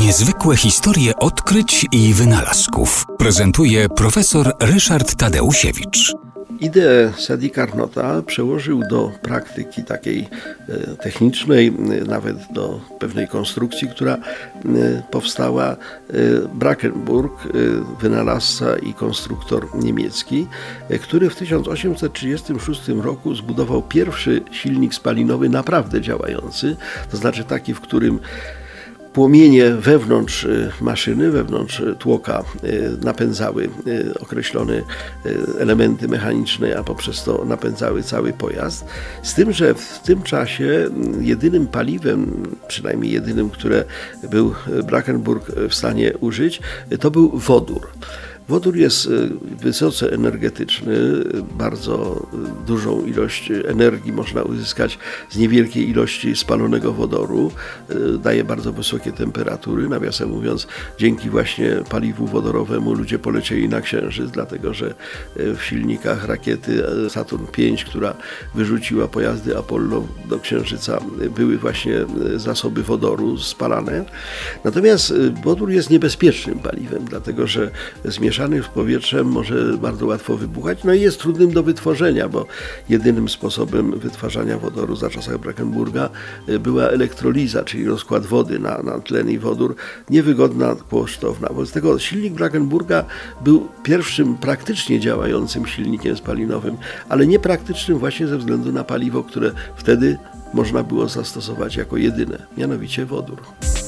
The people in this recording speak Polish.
Niezwykłe historie odkryć i wynalazków prezentuje profesor Ryszard Tadeusiewicz. Ideę Sadi Carnota przełożył do praktyki takiej technicznej, nawet do pewnej konstrukcji, która powstała. Brackenburg, wynalazca i konstruktor niemiecki, który w 1836 roku zbudował pierwszy silnik spalinowy naprawdę działający, to znaczy taki, w którym płomienie wewnątrz maszyny, wewnątrz tłoka napędzały określone elementy mechaniczne, a poprzez to napędzały cały pojazd. Z tym, że w tym czasie jedynym paliwem, przynajmniej jedynym, które był Brackenburg w stanie użyć, to był wodór. Wodór jest wysoce energetyczny, bardzo dużą ilość energii można uzyskać z niewielkiej ilości spalonego wodoru, daje bardzo wysokie temperatury, nawiasem mówiąc, dzięki właśnie paliwu wodorowemu ludzie polecieli na Księżyc, dlatego że w silnikach rakiety Saturn V, która wyrzuciła pojazdy Apollo do Księżyca, były właśnie zasoby wodoru spalane. Natomiast wodór jest niebezpiecznym paliwem, dlatego że zmieszany z powietrzem może bardzo łatwo wybuchać, no i jest trudnym do wytworzenia, bo jedynym sposobem wytwarzania wodoru za czasach Brackenburga była elektroliza, czyli rozkład wody na tlen i wodór, niewygodna, kosztowna. Wobec tego silnik Brackenburga był pierwszym praktycznie działającym silnikiem spalinowym, ale niepraktycznym właśnie ze względu na paliwo, które wtedy można było zastosować jako jedyne, mianowicie wodór.